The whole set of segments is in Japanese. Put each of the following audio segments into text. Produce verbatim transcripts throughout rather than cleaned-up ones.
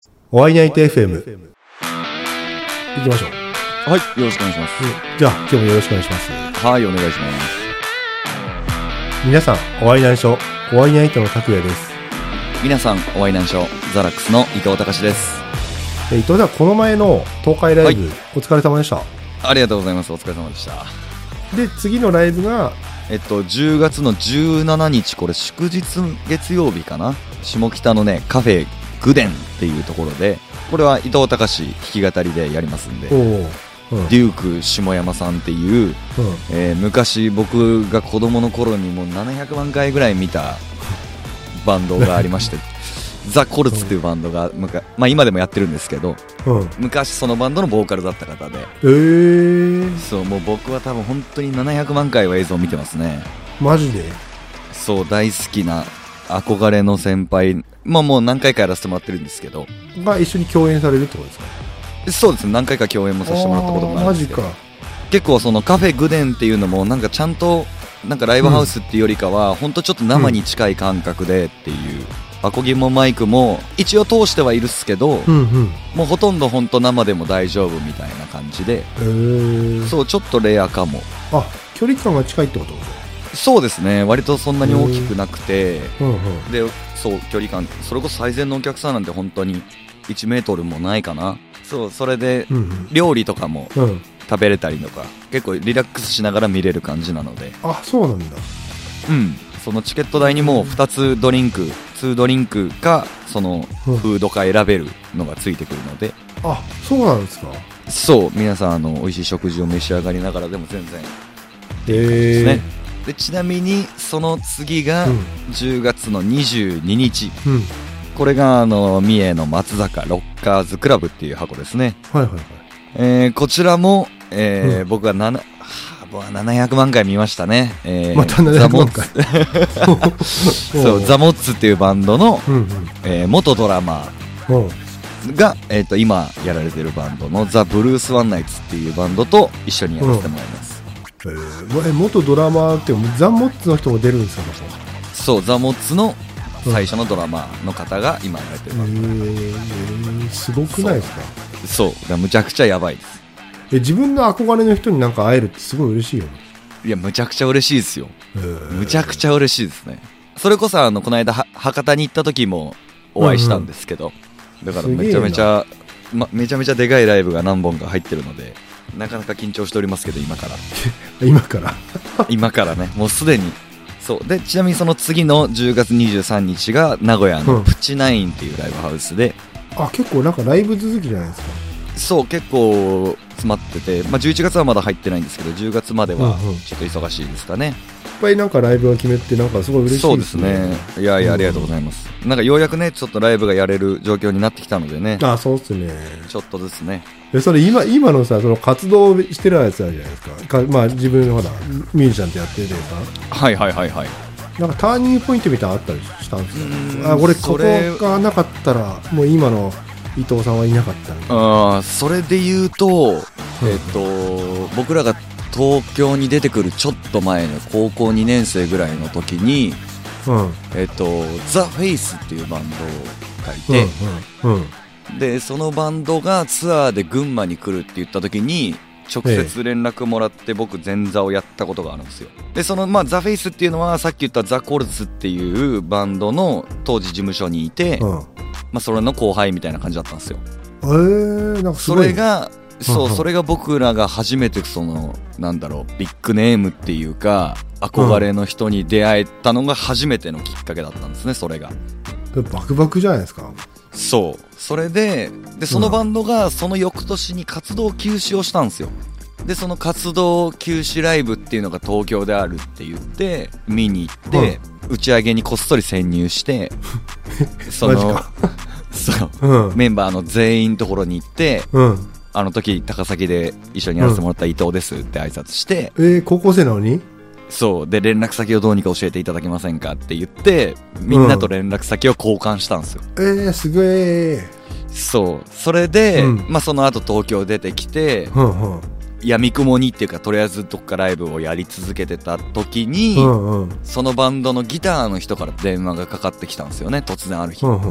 お会いナイト エフエム 行きましょう。 はい、よろしくお願いします。 じゃあ今日もよろしくお願いします。 はい、お願いします。 皆さんお会いナイトお会いナイトの拓也です。 皆さんお会いナイトザラックスの伊藤隆です。 え伊藤さん、この前の東海ライブ、はい、お疲れ様でした。 ありがとうございます。お疲れ様でした。 で次のライブがえっとじゅうがつのじゅうしちにち、これ祝日月曜日かな、下北のねカフェグデンっていうところで、これは伊藤隆弾き語りでやりますんで、うん、デューク下山さんっていう、うんえー、昔僕が子供の頃にもうななひゃくまんかいぐらい見たバンドがありましてザ・コルツっていうバンドが、まあ、今でもやってるんですけど、うん、昔そのバンドのボーカルだった方で、 えー、 そうもう僕は多分本当にななひゃくまんかいは映像を見てますね。 マジで？ そう、大好きな憧れの先輩、まあもう何回かやらせてもらってるんですけど、 が一緒に共演されるってことですか？ そうですね、何回か共演もさせてもらったこともあるんですけど、 マジか。 結構そのカフェグデンっていうのもなんかちゃんとなんかライブハウスっていうよりかは、うん、ほんとちょっと生に近い感覚でっていう、うん、アコギもマイクも一応通してはいるっすけど、うんうん、もうほとんどほんと生でも大丈夫みたいな感じで、 へー、 そうちょっとレアかも。 あ、距離感が近いってこと？ そうですね、割とそんなに大きくなくて、 うんうん、 でそう距離感、それこそ最前のお客さんなんて本当にいちメートルもないかな。そうそれで、うんうん、料理とかも食べれたりとか、結構リラックスしながら見れる感じなので。 あ、そうなんだ。 うん、そのチケット代にもふたつドリンク、にドリンクかそのフードか選べるのがついてくるので、 うん、あ、そうなんですか。 そう、皆さんあの美味しい食事を召し上がりながらでも全然っていう感じですね。でちなみにその次がじゅうがつのにじゅうににち、うん、これがあの三重の松坂ロッカーズクラブっていう箱ですね。 はいはいはい。 えー、こちらも、えーうん、僕はなな、はあ、僕はななひゃくまんかい見ましたね。えー、 またななひゃくまんかいそうザ・モッツっていうバンドの、うんうんえー、元ドラマーが、えー、と今やられてるバンドのザ・ブルース・ワンナイツっていうバンドと一緒にやらせてもらいます。 えー、元ドラマーってザ・モッツの人も出るんですか？ そう、ザ・モッツの最初のドラマーの方が今やられてるバンド、 えー、すごくないですか？ そう、そうむちゃくちゃやばいです。 え自分の憧れの人になんか会えるってすごい嬉しいよね。 いやむちゃくちゃ嬉しいですよ、えー、むちゃくちゃ嬉しいですね。それこそあのこの間は博多に行った時もお会いしたんですけど、うんうん、だからめちゃめちゃ、ま、めちゃめちゃでかいライブが何本か入ってるので、なかなか緊張しておりますけど、今から今から今からね、もうすでに。そうで、ちなみにその次のじゅうがつにじゅうさんにちが名古屋のプチナインっていうライブハウスで、 うん、あ、結構なんかライブ続きじゃないですか。 そう、結構詰まってて、まあ、じゅういちがつはまだ入ってないんですけど、じゅうがつまではちょっと忙しいですかね、うんうん、いっぱいなんかライブが決めて、なんかすごい嬉しいですね。 そうですね、いやいやありがとうございます、うん、なんかようやくねちょっとライブがやれる状況になってきたのでね。 あ、そうっすね、 ちょっとずつね。 えそれ 今, 今のさ、その活動してるやつあるじゃないですか。か、まあ、自分のほらミュージシャンってやっててさ、 はいはいはいはい、 なんかターニングポイントみたいなのあったりしたんですか？あ、俺ここがなかったらもう今の伊藤さんはいなかったみたいな。 あ、それで言うと、えっと僕らが東京に出てくるちょっと前の高校にねんせいぐらいの時に、うん、えっとザ・フェイスっていうバンドがいて、うんうんうん、でそのバンドがツアーで群馬に来るって言った時に直接連絡もらって僕前座をやったことがあるんですよ。でその、まあ、ザ・フェイスっていうのはさっき言ったザ・コルツっていうバンドの当時事務所にいて、うんまあ、それの後輩みたいな感じだったんですよ。 えー、なんかすごい。 それがそう、うんうん、それが僕らが初めてそのなんだろうビッグネームっていうか憧れの人に出会えたのが初めてのきっかけだったんですね。それがバクバクじゃないですか。 そう、それででそのバンドがその翌年に活動休止をしたんですよ。でその活動休止ライブっていうのが東京であるって言って見に行って、うん、打ち上げにこっそり潜入してそのそう、うん、メンバーの全員のところに行って、うん、あの時高崎で一緒にやらせてもらった伊藤ですって挨拶して、 うん、えー、高校生なのに。 そうで連絡先をどうにか教えていただけませんかって言ってみんなと連絡先を交換したんですよ、 うん、えー、すごい。 そうそれで、うんまあ、その後東京出てきて、うんうん、闇雲にっていうかとりあえずどっかライブをやり続けてた時に、うんうん、そのバンドのギターの人から電話がかかってきたんですよね、突然ある日、うんうん、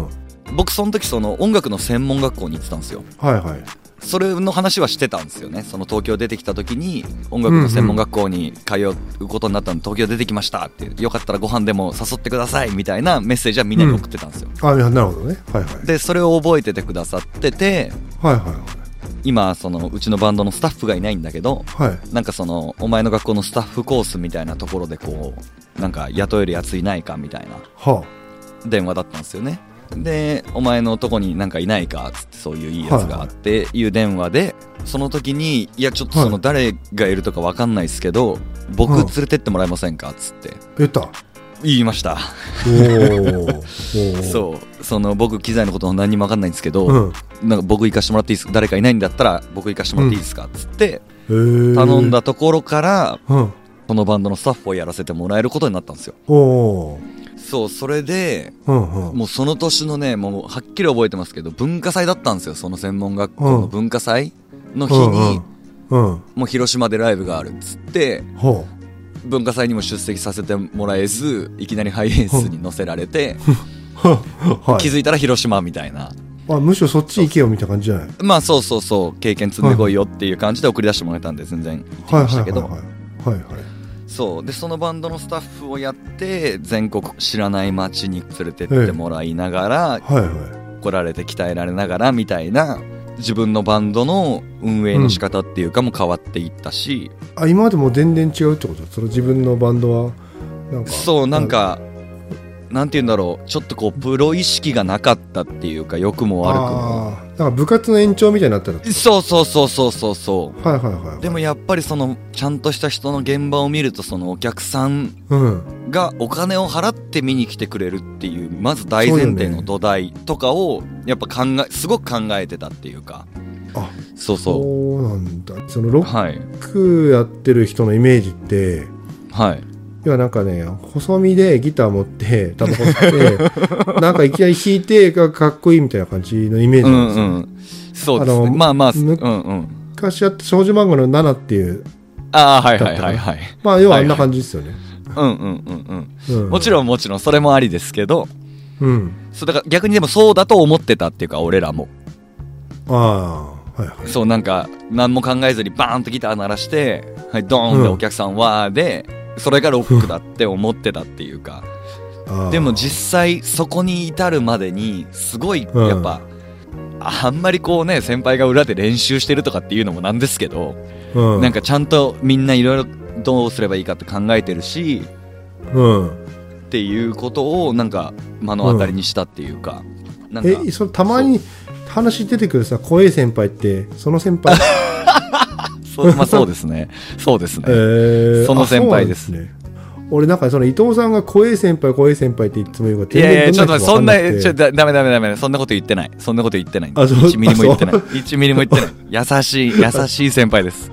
僕その時その音楽の専門学校に行ってたんですよ。 はいはい。 それの話はしてたんですよね。その東京出てきた時に音楽の専門学校に通うことになったので、東京出てきましたって、よかったらご飯でも誘ってくださいみたいなメッセージはみんなに送ってたんですよ、 うん、あ、なるほどね。はいはい。 でそれを覚えててくださってて、 はいはいはい。 今そのうちのバンドのスタッフがいないんだけど、 はい、 なんかそのお前の学校のスタッフコースみたいなところでこうなんか雇えるやついないかみたいな電話だったんですよね。でお前のとこになんかいないかっつって、そういういいやつがあっていう電話で、その時にいやちょっとその誰がいるとか分かんないですけど、僕連れてってもらえませんかっつって言った言いました。 おそうその僕機材のこと何にも分かんないんですけど、 うん、 なんか僕行かしてもらっていいですか、誰かいないんだったら僕行かしてもらっていいですかっつって、 うん、 頼んだところから、 うん、 このバンドのスタッフをやらせてもらえることになったんですよ。 おそう、それで、 うんうん、 もうその年のね、もうはっきり覚えてますけど、文化祭だったんですよ。その専門学校の文化祭の日に、 うんうんうん、もう広島でライブがあるっつって、文化祭にも出席させてもらえず、いきなりハイエースに乗せられて、はい、気づいたら広島みたいな。 あ、むしろそっち行けよみたいな感じじゃない。 まあそうそうそう、経験積んでこいよっていう感じで送り出してもらえたんで、全然行ってきましたけど、 はいはいはいはい、はいはい、 そうでそのバンドのスタッフをやって全国知らない街に連れてってもらいながら、 はいはい、 来られて鍛えられながらみたいな、自分のバンドの運営の仕方っていうかも変わっていったし、 うん、あ、今までも全然違うってこと？その自分のバンドはなんか、 そうなんかなんて言うんだろう、ちょっとこうプロ意識がなかったっていうか、良くも悪くも、 あ、なんか部活の延長みたいになったら、 そうそうそうそうそうそう、 はいはいはい、はい、 でもやっぱりそのちゃんとした人の現場を見ると、そのお客さんがお金を払って見に来てくれるっていう、まず大前提の土台とかをやっぱ考えすごく考えてたっていうか、 あ、 そうそう、 そうなんだ。そのロックやってる人のイメージって、 はい、 要はなんかね、細身でギター持ってタバコ吸ってなんかいきなり弾いてがかっこいいみたいな感じのイメージなんですよ、うんうん、 そうですね、まあまあ、うんうん、 昔やった少女漫画のナナっていう、 ああ、はいはいはいはい、 まあ要はあんな感じですよね、 はいはい、うんうんうんうん、うん、もちろんもちろんそれもありですけど、 うん、 そうだから逆にでもそうだと思ってたっていうか、俺らも、 ああ、はいはい、 そうなんか何も考えずにバーンとギター鳴らして、はい、ドーンってお客さんわーで、うん、それがロックだって思ってたっていうかでも実際そこに至るまでにすごいやっぱ、うん、あんまりこうね、先輩が裏で練習してるとかっていうのもなんですけど、うん、なんかちゃんとみんないろいろどうすればいいかって考えてるし、 うん、 っていうことをなんか目の当たりにしたっていうか、うん、なんかえ、それたまに話出てくるさ、怖い先輩ってその先輩そう、まあ、そうですねそうですね、えー、その先輩です。 ね、俺なんかその伊藤さんが怖い先輩怖い先輩っていつも言うから、 いやいやちょっと待って、そんなちょだダメダメダメそんなこと言ってない、そんなこと言ってない、いちミリも言ってない、いちミリも言ってない優しい優しい先輩です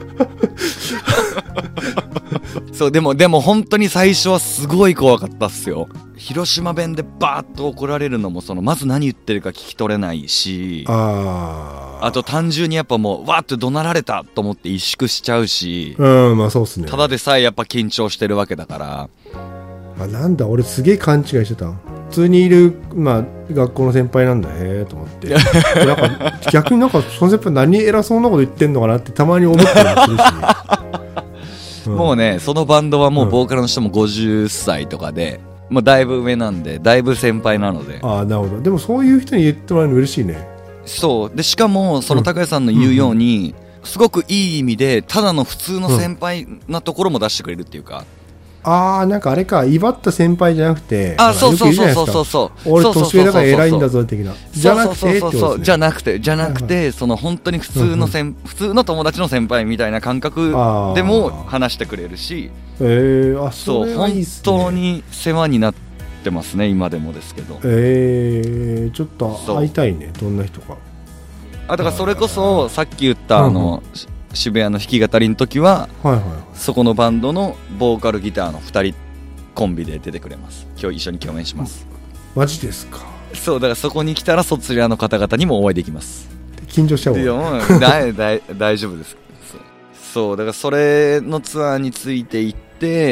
そうでもでも本当に最初はすごい怖かったっすよ。広島弁でバーッと怒られるのも、そのまず何言ってるか聞き取れないし、 ああと単純にやっぱもうわーって怒鳴られたと思って萎縮しちゃうし、 うん、まあそうっすね、 ただでさえやっぱ緊張してるわけだから、 あ、なんだ俺すげえ勘違いしてた、普通にいる、まあ、学校の先輩なんだへーと思ってなんか逆になんかその先輩何偉そうなこと言ってんのかなってたまに思ったりするしうん、もうね、そのバンドはもうボーカルの人もごじゅっさいとかで、もうだいぶ上なんで、だいぶ先輩なので。 ああ、なるほど。でもそういう人に言ってもらえるの嬉しいね。 そうで、しかもその高谷さんの言うように、うんうん、すごくいい意味でただの普通の先輩なところも出してくれるっていうか、 うん、ああ、なんかあれか、威張った先輩じゃなくて、 あ、そうそうそうそうそうそう、 俺年上だから偉いんだぞ的な、じゃなくてってことですね。 じゃなくてじゃなくて、はいはい、その本当に普通の先、うんうん、普通の友達の先輩みたいな感覚でも話してくれるし、 えー、あ、それはいいっすね。 そう、本当に世話になってますね、今でもですけど。 えー、ちょっと会いたいね、どんな人か。 あ、だからそれこそさっき言ったあの、うん、渋谷の弾き語りの時は、 はいはい、 そこのバンドのボーカルギターのふたりコンビで出てくれます。今日一緒に共演します。 マジですか。 そう、だからそこに来たらそちらの方々にもお会いできます。 緊張しちゃうわ。 いや、もうだいだい大丈夫です。そう、そうだからそれのツアーについていって、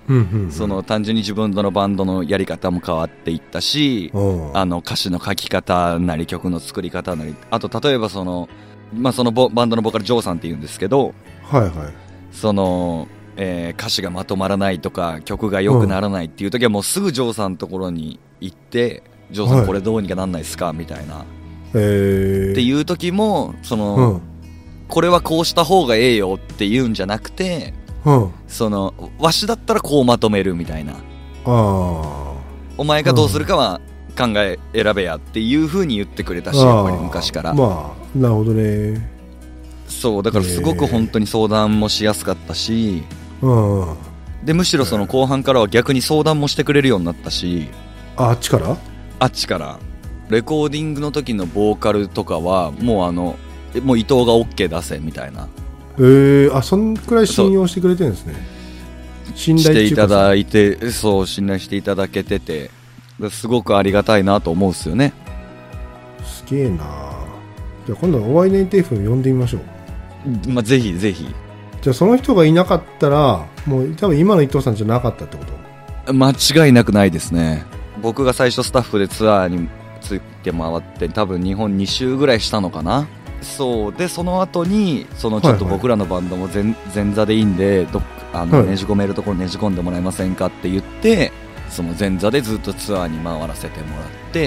うんうんうん、 その単純に自分のバンドのやり方も変わっていったし、あの歌詞の書き方なり曲の作り方なり、あと例えばその、まあ、そのボバンドのボーカルジョーさんって言うんですけど、 はいはい、 その、えー、歌詞がまとまらないとか曲が良くならないっていう時はもうすぐジョーさんのところに行ってジョーさんこれどうにかなんないですかみたいな、っていう時もその、うん、これはこうした方がええよって言うんじゃなくて、うん、そのわしだったらこうまとめるみたいな、あお前がどうするかは考え選べやっていう風に言ってくれたし、やっぱり昔から、 まあなるほどね。 そうだからすごく本当に相談もしやすかったし、うん、でむしろその後半からは逆に相談もしてくれるようになったし、 あっちからあっちからレコーディングの時のボーカルとかはもうあのもう伊藤が OK 出せみたいな、 えー、あそんくらい信用してくれてるんですね。 信頼していただいて、そう信頼していただけてて、すごくありがたいなと思うんですよね。 すげえな。じゃあ今度はおワイナインティーエフエム呼んでみましょう。まあ、ぜひぜひ。 じゃあその人がいなかったらもう多分今の伊藤さんじゃなかったってこと？ 間違いなくないですね。僕が最初スタッフでツアーについて回って多分日本に周ぐらいしたのかな。そうでその後にそのちょっと僕らのバンドも 前, 前座でいいんでどあの、はい、ねじ込めるところねじ込んでもらえませんかって言ってその前座でずっとツアーに回らせてもらって、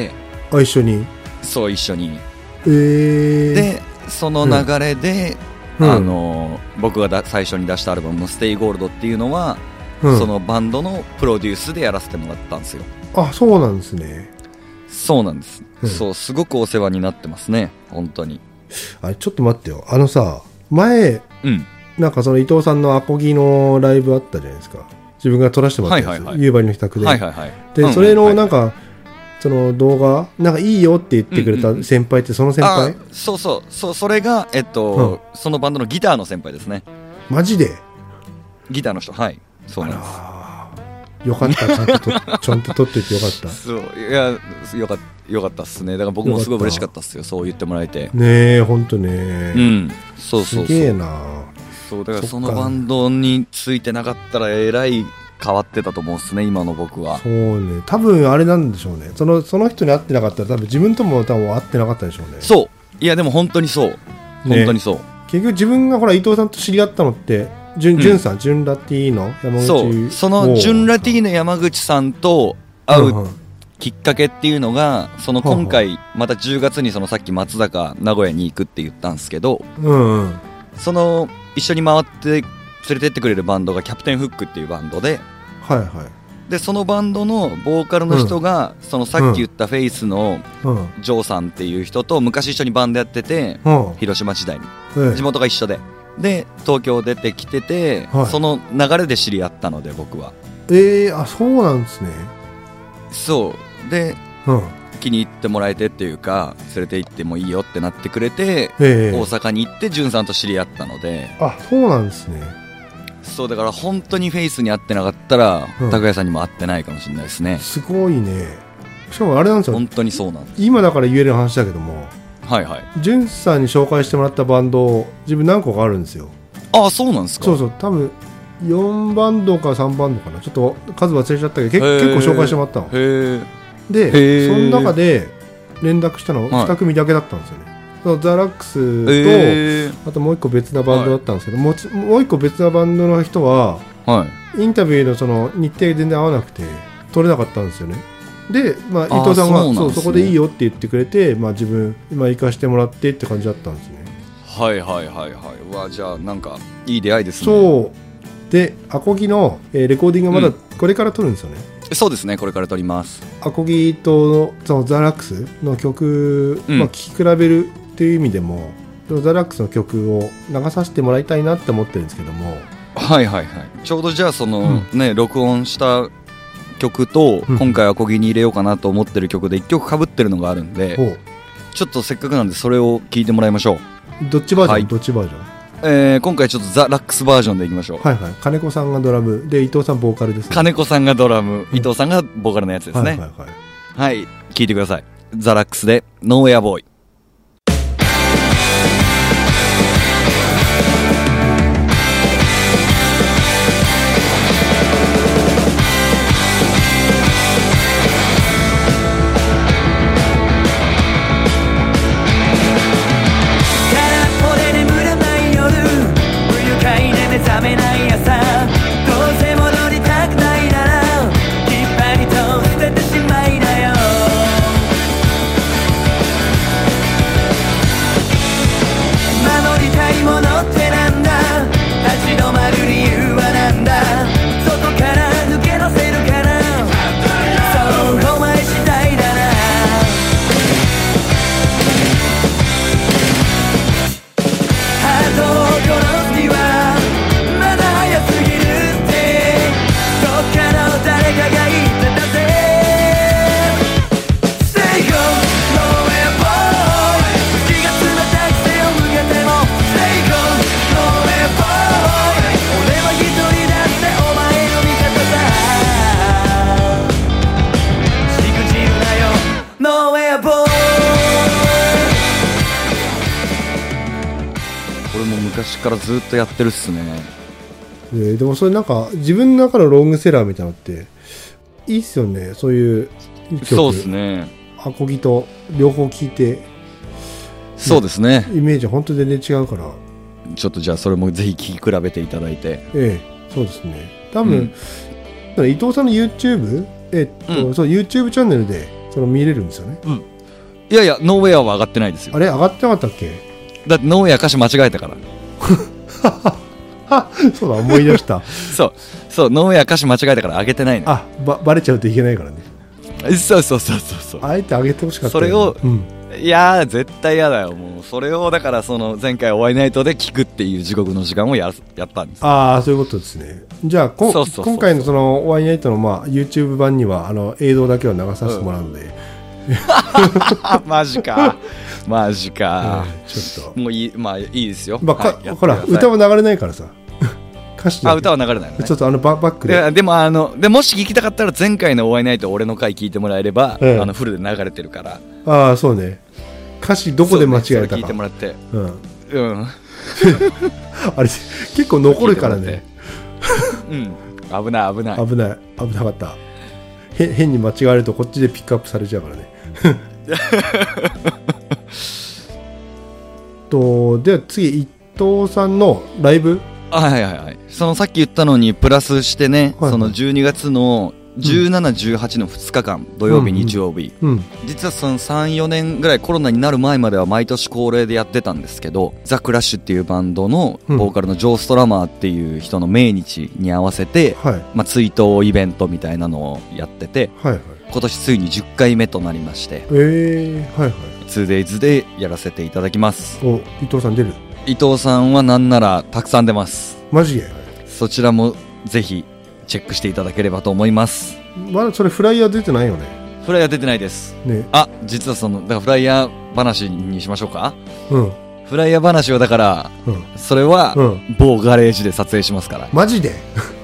あ一緒にそう一緒に、 えー、 でその流れで、うん、あの僕がだ最初に出したアルバムのステイゴールドっていうのは、うん、そのバンドのプロデュースでやらせてもらったんですよ。 あそうなんですね。 そうなんです、うん、そうすごくお世話になってますね本当に。 あれちょっと待ってよ、あのさ前、うん、なんかその伊藤さんのアコギのライブあったじゃないですか、自分が撮らせてもらったやつ、はいはいはい、夕張の帰宅で、はいはいはい、で、うん、それのなんか、はい、その動画なんかいいよって言ってくれた先輩ってその先輩、 うんうん、そうそうそうそれがえっと、うん、そのバンドのギターの先輩ですね。 マジでギターの人、はいそうなんです。 よかったちゃんとちゃんと撮っててよかった。 そういやよかったよかったっすね。だから僕もすごい嬉しかったっすよ、そう言ってもらえて。 ねえほんとね、 うんそうそうそう、 すげえな。 そうだからそのバンドについてなかったらえらい変わってたと思うっすね今の僕は。 そうね多分あれなんでしょうね、そのその人に会ってなかったら多分自分とも多分会ってなかったでしょうね。 そういやでも本当にそう、ね、本当にそう。 結局自分がほら伊藤さんと知り合ったのってジュン、うん、ジュンさんジュンラティの山口、 そうそのジュンラティの山口さんと会うきっかけっていうのがその今回またじゅうがつにそのさっき松坂名古屋に行くって言ったんですけど、うんうん、その一緒に回って連れてってくれるバンドがキャプテンフックっていうバンドで、はいはい、でそのバンドのボーカルの人が、うん、そのさっき言ったフェイスのジョーさんっていう人と昔一緒にバンドやってて、うん、広島時代に、うん、地元が一緒でで東京出てきてて、はい、その流れで知り合ったので僕は。 えー、あそうなんですね。 そうで、うん、気に入ってもらえてっていうか連れて行ってもいいよってなってくれて、えー、大阪に行ってジュンさんと知り合ったので。 あそうなんですね。 そうだから本当にフェイスに会ってなかったら、うん、拓哉さんにも会ってないかもしれないですね。 すごいね。しかもあれなんですよ、 本当にそうなんです。 今だから言える話だけども、 はいはい、 ジュンさんに紹介してもらったバンド自分何個かあるんですよ。 ああそうなんですか。 そうそう多分よんバンドかさんバンドかな、ちょっと数忘れちゃったけど結構紹介してもらったの。へでその中で連絡したのに組だけだったんですよね、はい、ザ・ラックスとあともう一個別なバンドだったんですけど、はい、も, もう一個別なバンドの人は、はい、インタビューのその日程全然合わなくて取れなかったんですよね。で、まあ、伊藤さんが そ, う、ね、そうそこでいいよって言ってくれて、まあ、自分今行かしてもらってって感じだったんですね。 はいはいはいはい。わじゃあなんかいい出会いですね。 そうでアコギの、えー、レコーディングはまだこれから撮るんですよね、 うん、そうですねこれから撮ります。 アコギとそのザ・ラックスの曲、うんまあ、聴き比べるっていう意味でもザ・ラックスの曲を流させてもらいたいなって思ってるんですけども。 はいはいはい。ちょうどじゃあその、うん、ね録音した曲と今回アコギに入れようかなと思ってる曲でいっきょく被ってるのがあるんで、うん、ちょっとせっかくなんでそれを聴いてもらいましょう。どっちバージョン、はい、どっちバージョン、 えー、今回ちょっとザ・ラックスバージョンでいきましょう。 はいはい。金子さんがドラムで伊藤さんボーカルですね。 金子さんがドラム、うん、伊藤さんがボーカルのやつですね。はいはいはい。はい、聴いてください。ザ・ラックスでノーウェアボーイ。 昔からずっとやってるっすね。 で, でもそれなんか自分の中のロングセラーみたいなのっていいっすよね。そういう曲。 そうですね。 アコギと両方聴いて。 そうですね。 イメージ本当に全然違うから。 ちょっとじゃあそれもぜひ聴き比べていただいて。 ええ、そうですね。多分、うん、伊藤さんの YouTube、えっと、うん、そう YouTube チャンネルでその見れるんですよね。 うん。いやいや、ノーウェアは上がってないですよ。 あれ上がってなかったっけ？ だってノーウェア歌詞間違えたから。 そうだ、思い出した。 そうそうノーウェア歌詞間違えたから上げてないの。 あ、ばバレちゃうといけないからね。 そうそうそうそうそう。 あえて上げてほしかった、 ね。それを、うん、いやー絶対嫌だよ。もうそれをだからその前回お会いナイトで聞くっていう地獄の時間を や, やったんです。 ああ、そういうことですね。じゃあこそうそうそうそう今回のそのお会いナイトの、まあ、YouTube 版にはあの映像だけは流させてもらうんで、うん、 マジかマジか、 うん、ちょっともういい、まあいいですよ。 まあはい、ほら歌は流れないからさ。歌詞あ歌は流れないのね。 ちょっとあのババックで。 で, でもあのでもし聞きたかったら前回のお会いナイト俺の回聞いてもらえれば、うん、あのフルで流れてるから。 ああそうね。歌詞どこで間違えたか、ね、 聞いてもらって。 うん。 うん。 あれ結構残るからね。 うん。危ない危ない。 危ない危なかった。へ変に間違えるとこっちでピックアップされちゃうからね。とでは次伊藤さんのライブ。 はいはいはい。そのさっき言ったのにプラスしてね、はいはい、そのじゅうにがつのじゅうしち、じゅうはちのふつかかん、土曜日、日曜日、うんうん、実はそのさん、よねんぐらいコロナになる前までは毎年恒例でやってたんですけど、ザ・クラッシュっていうバンドのボーカルのジョー・ストラマーっていう人の命日に合わせて、うんまあ、追悼イベントみたいなのをやってて、はいはい、今年ついにじゅっかいめとなりまして、 えーはいはい、 ツーデイズ でやらせていただきます。 お伊藤さん出る？ 伊藤さんはなんならたくさん出ます。 マジで？ そちらもぜひチェックしていただければと思います。 まだそれフライヤー出てないよね？ フライヤー出てないです、ね、あ実はそのだからフライヤー話にしましょうか。うんフライヤー話はだから、うん、それは、うん、某ガレージで撮影しますから。 マジで？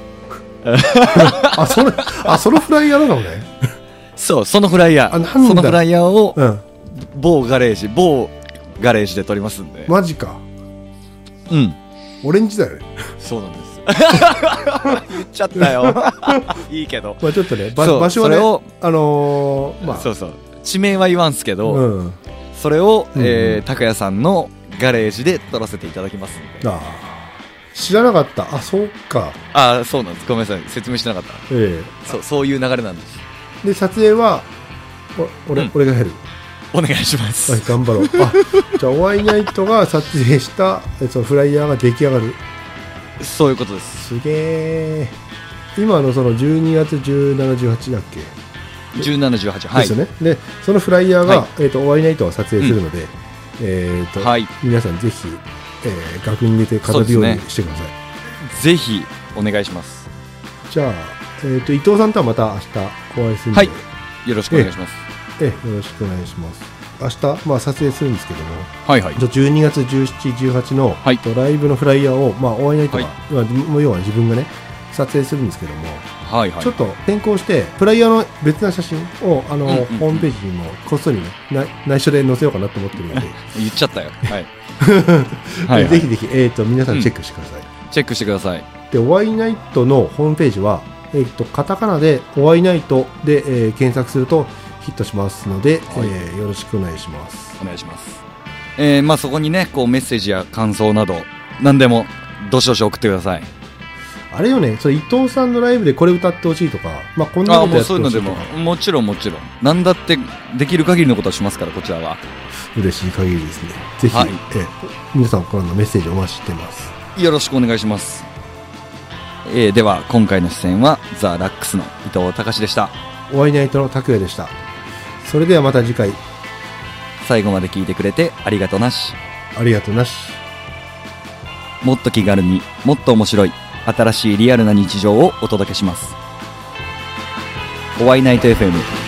あそれあそのフライヤーなのね。 そうそのフライヤーそのフライヤーを、うん、某ガレージ某ガレージで撮りますんで。 マジか。 うんオレンジだよね。 そうなんです。言っちゃったよ。いいけど、 まあ、ちょっとね場所はねあのー、まあそうそう地名は言わんすけど、うん、それを、うんうんえー、拓也さんのガレージで撮らせていただきますんで。 あ知らなかった。あそうか。 あそうなんです。ごめんなさい説明しなかった、 ええ、 そうそういう流れなんです。 で撮影は俺、うん、俺がやる。 お願いします。 はい頑張ろう。あじゃあお会いナイトが撮影したそのフライヤーが出来上がる。 そういうことです。 すげえ。今のそのじゅうにがつじゅうしち、じゅうはちだっけ？ じゅうしち、じゅうはちはいですよね。でそのフライヤーが、はいえー、とお会いナイトは撮影するので、うんえーとはい、皆さんぜひ、えー、額に入れて飾るようにしてください、ね、 ぜひお願いします。 じゃあ、えー、と伊藤さんとはまた明日お会いするので、はい、 よろしくお願いします。 えー、よろしくお願いします。明日、まあ、撮影するんですけども、 はいはい、 じゅうにがつじゅうしち、じゅうはちの、はい、ライブのフライヤーを、まあ、お会いナイトが、はいまあ、要は自分がね撮影するんですけども、はいはい、ちょっと変更してフライヤーの別な写真をあの、うんうんうん、ホームページにもこっそりね内緒で載せようかなと思ってるので言っちゃったよ、はいはい、はい、ぜひぜひ、えー、と皆さんチェックしてください、うん、 チェックしてください。 でお会いナイトのホームページは、えー、とカタカナでお会いナイトで、えー、検索するとヒットしますので、はいえー、よろしくお願いします。 お願いします。えーまあ、そこにねこうメッセージや感想など何でもどしどし送ってください。 あれよね、それ伊藤さんのライブでこれ歌ってほしいとか、まあ、こんなことやってほしいとか。あもうそういうのでももちろんもちろん何だってできる限りのことはしますからこちらは。 嬉しい限りですね。ぜひ、はいえー、皆さんからのメッセージお待ちしています。 よろしくお願いします。えー、では今回の出演はザ・ラックスの伊藤隆でした。 お会いナイトの拓也でした。それではまた次回。 最後まで聞いてくれてありがとなし。 ありがとなし。 もっと気軽にもっと面白い新しいリアルな日常をお届けします。お会いナイト エフエム